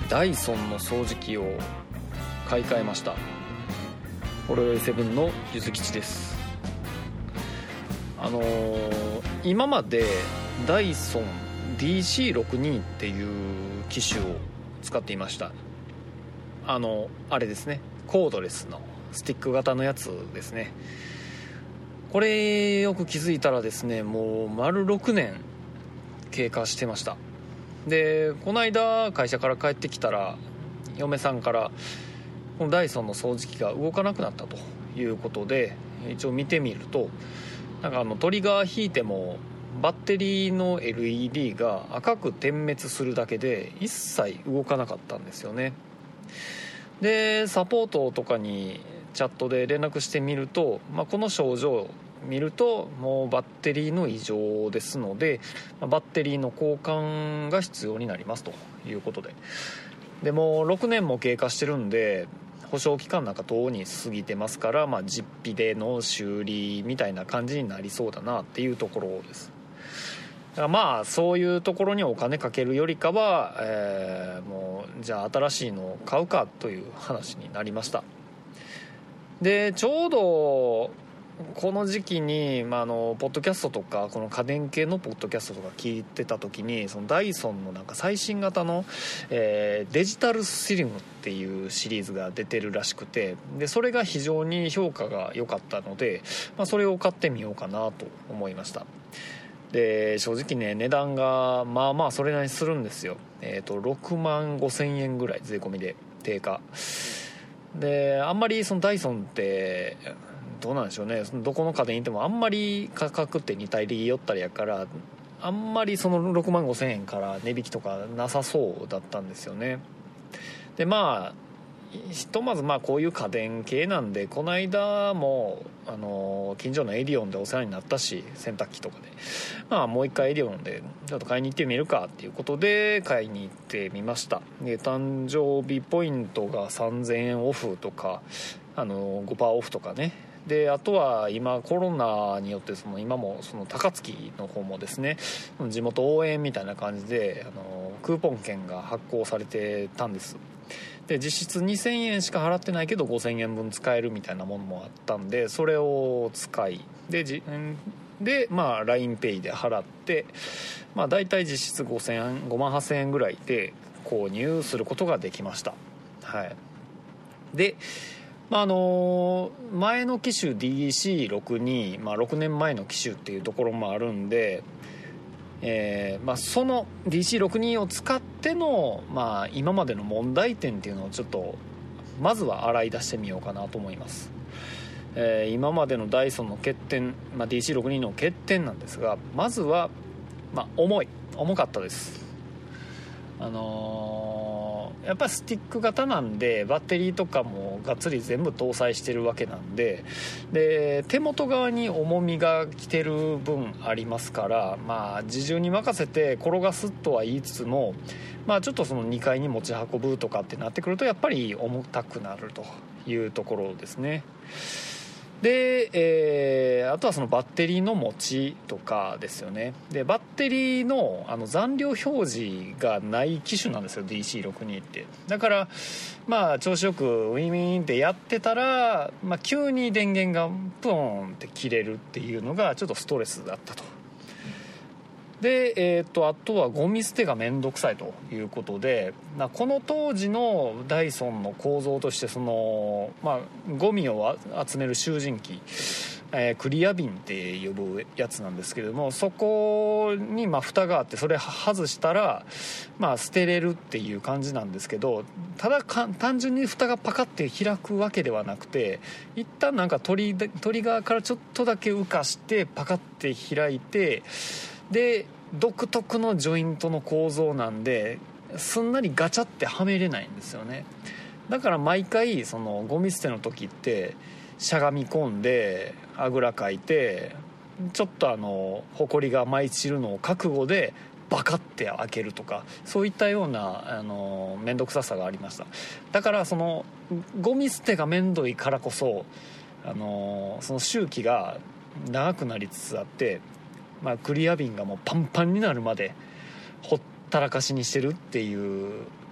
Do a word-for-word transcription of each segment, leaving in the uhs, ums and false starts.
ダイソンの掃除機を買い替えました。ホロヨイセブンのゆずきちです。あのー、今までダイソン ディーシーろくじゅうに っていう機種を使っていました。あのあれですね、コードレスのスティック型のやつですね。これよく気づいたらですね、もう丸ろくねん経過してました。でこの間会社から帰ってきたら嫁さんからこのダイソンの掃除機が動かなくなったということで、一応見てみるとなんかあのトリガー引いてもバッテリーの エルイーディー が赤く点滅するだけで一切動かなかったんですよね。でサポートとかにチャットで連絡してみると、まあ、この症状を見るともうバッテリーの異常ですので、バッテリーの交換が必要になりますということで、でもろくねんも経過してるんで保証期間なんかとうに過ぎてますから、まあ、実費での修理みたいな感じになりそうだなっていうところです。だからまあそういうところにお金かけるよりかは、えー、もうじゃあ新しいのを買うかという話になりました。でちょうどこの時期に、まあ、あのポッドキャストとかこの家電系のポッドキャストとか聞いてた時に、そのダイソンのなんか最新型の、えー、デジタルスリムっていうシリーズが出てるらしくて、でそれが非常に評価が良かったので、まあ、それを買ってみようかなと思いました。で正直ね値段がまあまあそれなりにするんですよ。えーとろくまんごせんえんぐらい税込みで定価で、あんまりそのダイソンってどうなんでしょうね、どこの家電行ってもあんまり価格って似たり寄ったりやから、あんまりそのろくまんごせんえんから値引きとかなさそうだったんですよね。でまあひとまずまあこういう家電系なんで、この間もあの近所のエディオンでお世話になったし、洗濯機とかで、まあもう一回エディオンでちょっと買いに行ってみるかっていうことで買いに行ってみました。で誕生日ポイントがさんぜんえんオフとか、あの ごパーセント オフとかね。であとは今コロナによってその今もその高槻の方もですね、地元応援みたいな感じであのクーポン券が発行されてたんです。で実質にせんえんしか払ってないけどごせんえんぶん使えるみたいなものもあったんで、それを使いでじでまあ ラインペイ で払って、まあ、大体実質ごせんえんごまんはっせんえんぐらいで購入することができました。はい。でまああの前の機種 ディーシーろくじゅうに、まあ、ろくねんまえの機種っていうところもあるんで、えーまあ、その ディーシーろくじゅうに を使っての、まあ、今までの問題点っていうのをちょっとまずは洗い出してみようかなと思います。えー、今までのダイソンの欠点、まあ、ディーシーろくじゅうに の欠点なんですが、まずは、まあ、重い重かったです。あのー、やっぱりスティック型なんでバッテリーとかもがっつり全部搭載してるわけなんで、で手元側に重みが来てる分ありますから、まあ自重に任せて転がすとは言いつつも、まあちょっとそのにかいに持ち運ぶとかってなってくるとやっぱり重たくなるというところですね。で、えー、あとはそのバッテリーの持ちとかですよね。でバッテリーの、あの残量表示がない機種なんですよ ディーシーろくじゅうに って。だからまあ調子よくウィンウィンってやってたら、まあ、急に電源がプーンって切れるっていうのがちょっとストレスだったと。で、えー、とあとはゴミ捨てがめんどくさいということで、この当時のダイソンの構造としてその、まあ、ゴミを集める集塵機、えー、クリアビンって呼ぶやつなんですけれども、そこにまあ蓋があって、それ外したらまあ捨てれるっていう感じなんですけど、ただか単純に蓋がパカって開くわけではなくて、一旦なんかトリ、トリガーからちょっとだけ浮かしてパカって開いて、で独特のジョイントの構造なんですんなりガチャってはめれないんですよね。だから毎回そのゴミ捨ての時ってしゃがみ込んであぐらかいて、ちょっとあのホコリが舞い散るのを覚悟でバカって開けるとか、そういったようなあの面倒くささがありました。だからそのゴミ捨てが面倒いからこそ、あのその周期が長くなりつつあって、まあ、クリアビンがもうパンパンになるまでほったらかしにしてるっていう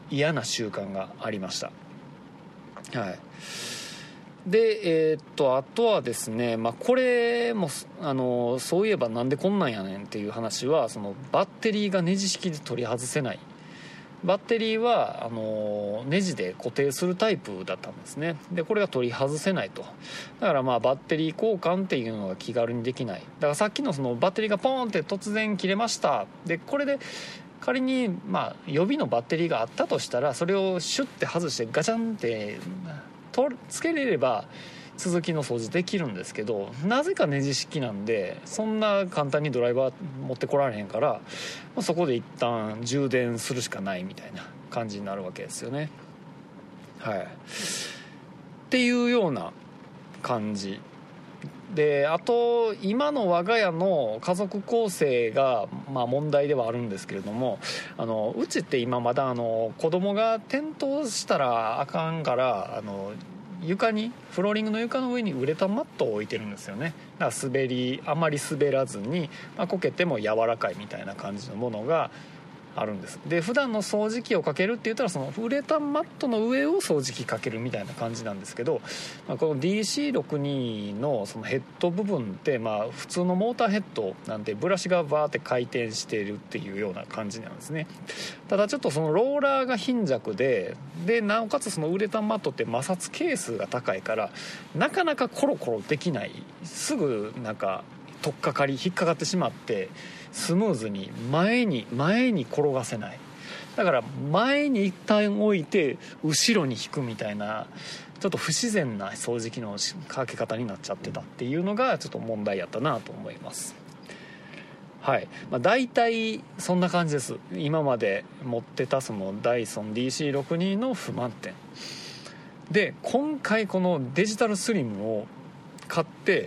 嫌な習慣がありました。はい。で、えー、っとあとはですね、まあ、これもあのそういえばなんでこんなんやねんっていう話は、そのバッテリーがネジ式で取り外せない。バッテリーはあのネジで固定するタイプだったんですね。でこれが取り外せないと。だからまあバッテリー交換っていうのが気軽にできない。だからさっきのそのバッテリーがポーンって突然切れました。でこれで仮にまあ予備のバッテリーがあったとしたら、それをシュッて外してガチャンってつけれれば続きの掃除できるんですけど、なぜかネジ式なんでそんな簡単にドライバー持ってこられへんから、そこで一旦充電するしかないみたいな感じになるわけですよね。はい。っていうような感じで、あと今の我が家の家族構成がまあ問題ではあるんですけれども、あのうちって今まだあの子供が転倒したらあかんから、あの床にフローリングの床の上にウレタンマットを置いてるんですよね。だから滑りあまり滑らずに、まあ、こけても柔らかいみたいな感じのものがあるんです。で普段の掃除機をかけるって言ったら、そのウレタンマットの上を掃除機かけるみたいな感じなんですけど、まあ、この ディーシーろくじゅうに のそのヘッド部分って、まあ普通のモーターヘッドなんでブラシがバーって回転しているっていうような感じなんですね。ただちょっとそのローラーが貧弱で、でなおかつそのウレタンマットって摩擦係数が高いから、なかなかコロコロできない。すぐなんか取っかかり引っかかってしまって、スムーズに前に前に転がせない。だから前に一旦置いて後ろに引くみたいな、ちょっと不自然な掃除機のかけ方になっちゃってたっていうのがちょっと問題やったなと思います。はい。まあ、大体そんな感じです。今まで持ってたそのダイソン ディーシーろくじゅうに の不満点で、今回このデジタルスリムを買って、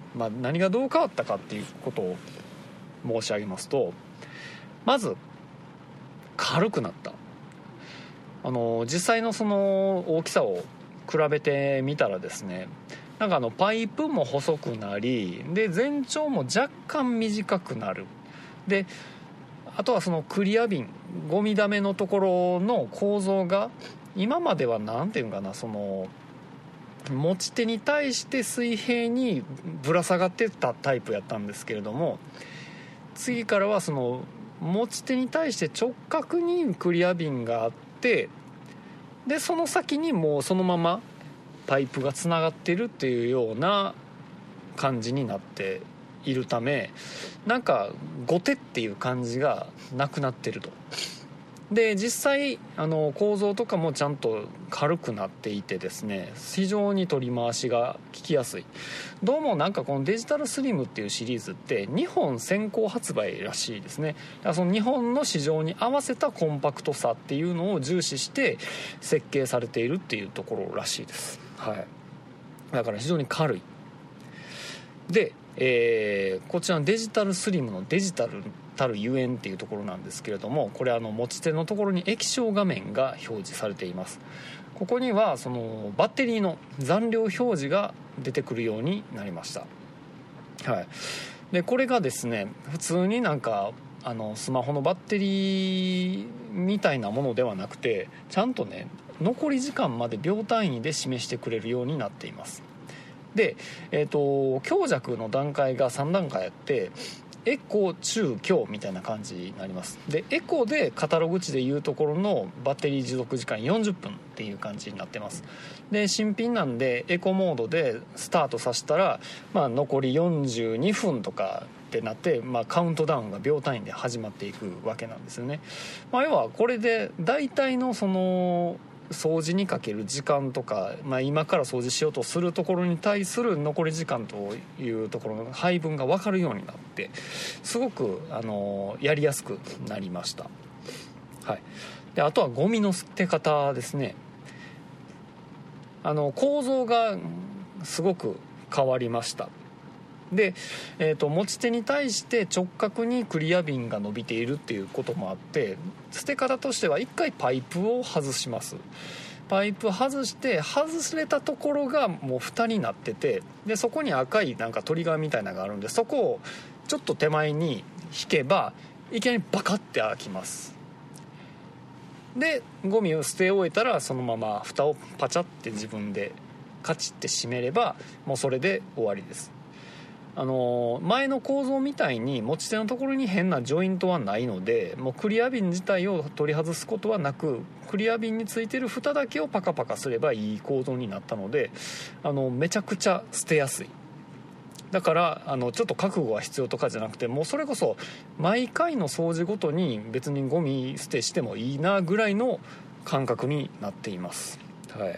まあ、何がどう変わったかっていうことを申し上げますと、まず軽くなった。あの実際のその大きさを比べてみたらですね、なんかあのパイプも細くなり、で全長も若干短くなる。であとはそのクリア瓶、ゴミ溜めのところの構造が今まではなんていうのかな、その持ち手に対して水平にぶら下がってたタイプやったんですけれども、次からはその持ち手に対して直角にクリア瓶があって、でその先にもうそのままパイプがつながってるっていうような感じになっているため、なんか後手っていう感じがなくなってると。で実際あの構造とかもちゃんと軽くなっていてですね、非常に取り回しが効きやすい。どうもなんかこのデジタルスリムっていうシリーズってにほん先行発売らしいですね。だからその日本の市場に合わせたコンパクトさっていうのを重視して設計されているっていうところらしいです。はい。だから非常に軽い。で、えー、こちらのデジタルスリムのデジタルたるゆえんっていうところなんですけれども、これあの持ち手のところに液晶画面が表示されています。ここにはそのバッテリーの残量表示が出てくるようになりました。はい。でこれがですね、普通になんかあのスマホのバッテリーみたいなものではなくて、ちゃんとね残り時間まで秒単位で示してくれるようになっています。で、えーと、強弱の段階がさん段階あって、エコ、中、強みたいな感じになります。でエコでカタログ値でいうところのバッテリー持続時間よんじゅっぷんっていう感じになってます。で新品なんでエコモードでスタートさせたら、まあ、残りよんじゅうにふんとかってなって、まあ、カウントダウンが秒単位で始まっていくわけなんですよね。まあ、要はこれで大体のその掃除にかける時間とか、まあ、今から掃除しようとするところに対する残り時間というところの配分が分かるようになって、すごくあのやりやすくなりました。はい。であとはゴミの捨て方ですね。あの構造がすごく変わりました。で、えーと、持ち手に対して直角にクリア瓶が伸びているっていうこともあって、捨て方としては一回パイプを外します。パイプ外して外れたところがもう蓋になってて、でそこに赤いなんかトリガーみたいなのがあるんで、そこをちょっと手前に引けばいきなりバカって開きます。 でゴミを捨て終えたらそのまま蓋をパチャって自分でカチッて閉めればもうそれで終わりです。あの前の構造みたいに持ち手のところに変なジョイントはないので、もうクリアビン自体を取り外すことはなく、クリアビンについてる蓋だけをパカパカすればいい構造になったので、あのめちゃくちゃ捨てやすい。だからあのちょっと覚悟が必要とかじゃなくて、もうそれこそ毎回の掃除ごとに別にゴミ捨てしてもいいなぐらいの感覚になっています。はい。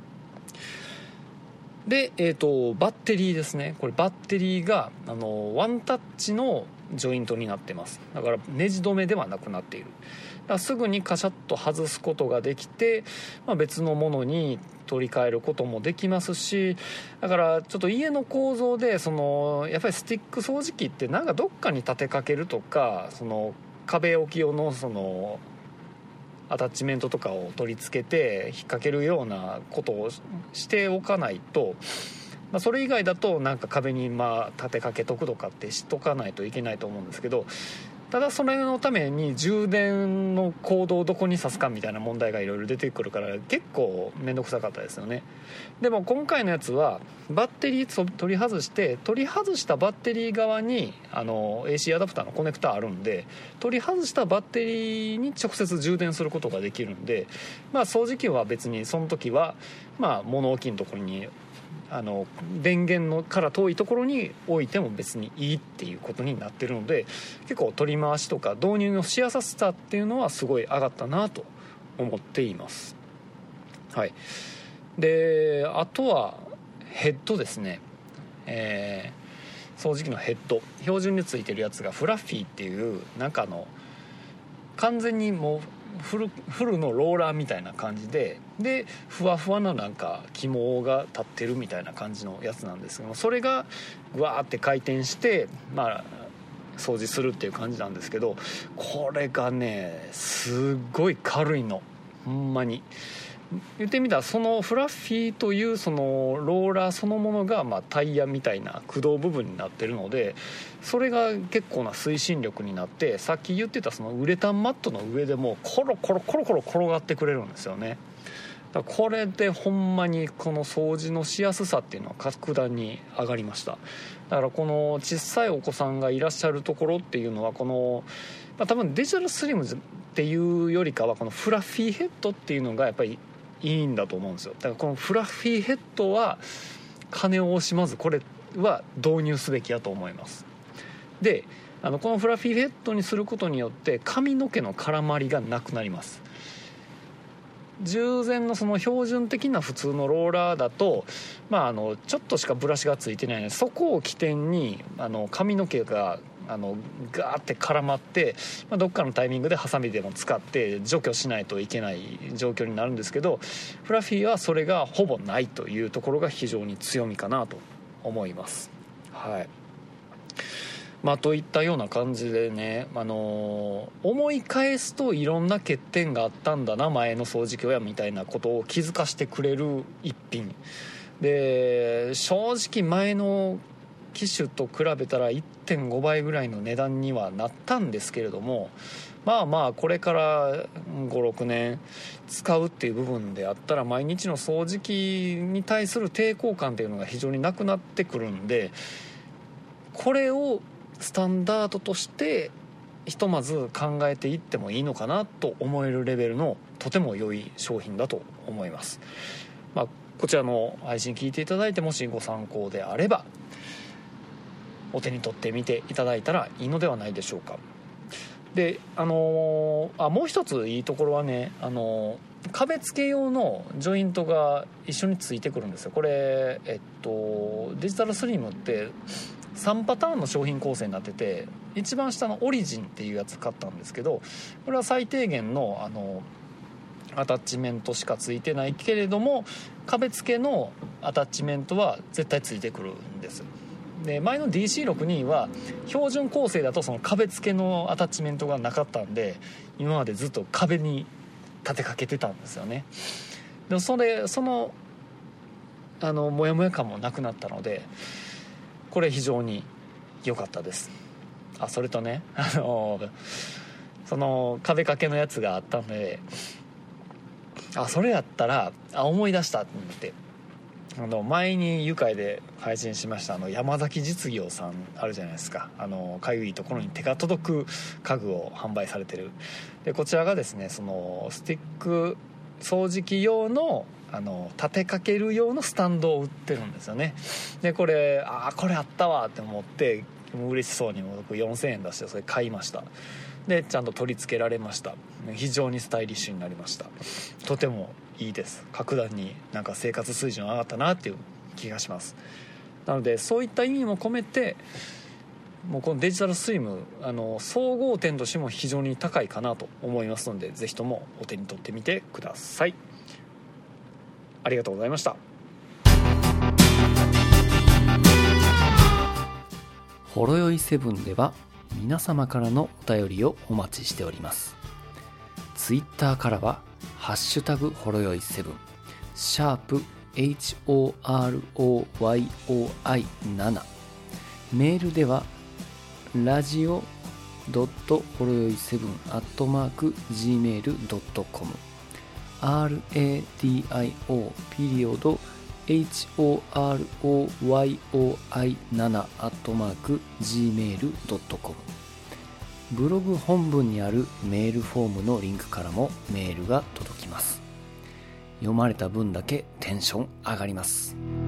で、えーと、バッテリーですね。これバッテリーがあのワンタッチのジョイントになってます。だからネジ止めではなくなっている。だからすぐにカシャッと外すことができて、まあ、別のものに取り替えることもできますし、だからちょっと家の構造でそのやっぱりスティック掃除機ってなんかどっかに立てかけるとか、その壁置き用のそのアタッチメントとかを取り付けて引っ掛けるようなことをしておかないと、まあ、それ以外だとなんか壁にまあ立てかけとくとかってしとかないといけないと思うんですけど、ただそれのために充電のコードをどこに挿すかみたいな問題がいろいろ出てくるから結構面倒くさかったですよね。でも今回のやつはバッテリー取り外して取り外したバッテリー側にあの エーシー アダプターのコネクタあるんで、取り外したバッテリーに直接充電することができるんで、まあ掃除機は別にその時はまあ物置のところにあの電源のから遠いところに置いても別にいいっていうことになってるので、結構取り回しとか導入のしやすさっていうのはすごい上がったなと思っています。はい。であとはヘッドですね。えー、掃除機のヘッド標準についてるやつがフラッフィーっていうなんかあの完全にもうフル、フルのローラーみたいな感じで、でふわふわななんか肝が立ってるみたいな感じのやつなんですけど、それがぐわーって回転してまあ掃除するっていう感じなんですけど、これがねすっごい軽いの。ほんまに言ってみたらそのフラッフィーというそのローラーそのものがまあタイヤみたいな駆動部分になってるので、それが結構な推進力になって、さっき言ってたそのウレタンマットの上でもコロコロコロコロ転がってくれるんですよね。だからこれでほんまにこの掃除のしやすさっていうのは格段に上がりました。だからこの小さいお子さんがいらっしゃるところっていうのはこの、まあ、多分デジタルスリムっていうよりかはこのフラッフィーヘッドっていうのがやっぱりいいんだと思うんですよ。だからこのフラッフィーヘッドは金を惜しまずこれは導入すべきだと思います。であのこのフラッフィーヘッドにすることによって髪の毛の絡まりがなくなります。従前のその標準的な普通のローラーだと、まあ、あのちょっとしかブラシがついてないので、そこを起点にあの髪の毛があのガーって絡まって、まあ、どっかのタイミングでハサミでも使って除去しないといけない状況になるんですけど、フラッフィーはそれがほぼないというところが非常に強みかなと思います。はい。まあ、といったような感じでね、あのー、思い返すといろんな欠点があったんだな前の掃除機はみたいなことを気づかせてくれる一品で、正直前の機種と比べたら いってんご 倍ぐらいの値段にはなったんですけれども、まあまあこれからごろくねん使うっていう部分であったら毎日の掃除機に対する抵抗感っていうのが非常になくなってくるんで、これをスタンダードとしてひとまず考えていってもいいのかなと思えるレベルのとても良い商品だと思います。まあ、こちらの配信聞いていただいてもしご参考であればお手に取ってみていただいたらいいのではないでしょうか。であのー、あもう一ついいところはね、あのー、壁付け用のジョイントが一緒についてくるんですよ。これえっとデジタルスリムってさんパターンの商品構成になってて、一番下のオリジンっていうやつ買ったんですけど、これは最低限のあのアタッチメントしかついてないけれども壁付けのアタッチメントは絶対ついてくるんです。で前の ディーシーろくじゅうに は標準構成だとその壁付けのアタッチメントがなかったんで、今までずっと壁に立てかけてたんですよね。でもそれそのあのモヤモヤ感もなくなったので、これ非常に良かったです。あそれとね、あのそその壁掛けのやつがあったので、あそれやったらあ思い出したって思って、あの前に愉快で配信しましたあの山崎実業さんあるじゃないですか、あのかゆいところに手が届く家具を販売されてる。でこちらがですね、そのスティック掃除機用のあの立てかける用のスタンドを売ってるんですよね。でこれあこれあったわって思って、もう嬉しそうにも僕よんせんえん出してそれ買いました。でちゃんと取り付けられました。非常にスタイリッシュになりました。とてもいいです。格段になんか生活水準上がったなっていう気がします。なのでそういった意味も込めて、もうこのデジタルスイムあの総合点としても非常に高いかなと思いますので、ぜひともお手に取ってみてください。ありがとうございました。 ほろよいセブンでは皆様からのお便りをお待ちしております。ツイッターからはハッシュタグほろよいセブン、シャープ エイチオーアールオーワイオーアイセブン、メールではラジオドットほろよいセブンアットマーク ジーメールドットコム、 ラディオピリオド エイチオーアールオーワイオーアイセブン アットマーク ジーメールドットコム。 ブログ本文にあるメールフォームのリンクからもメールが届きます。読まれた分だけテンション上がります。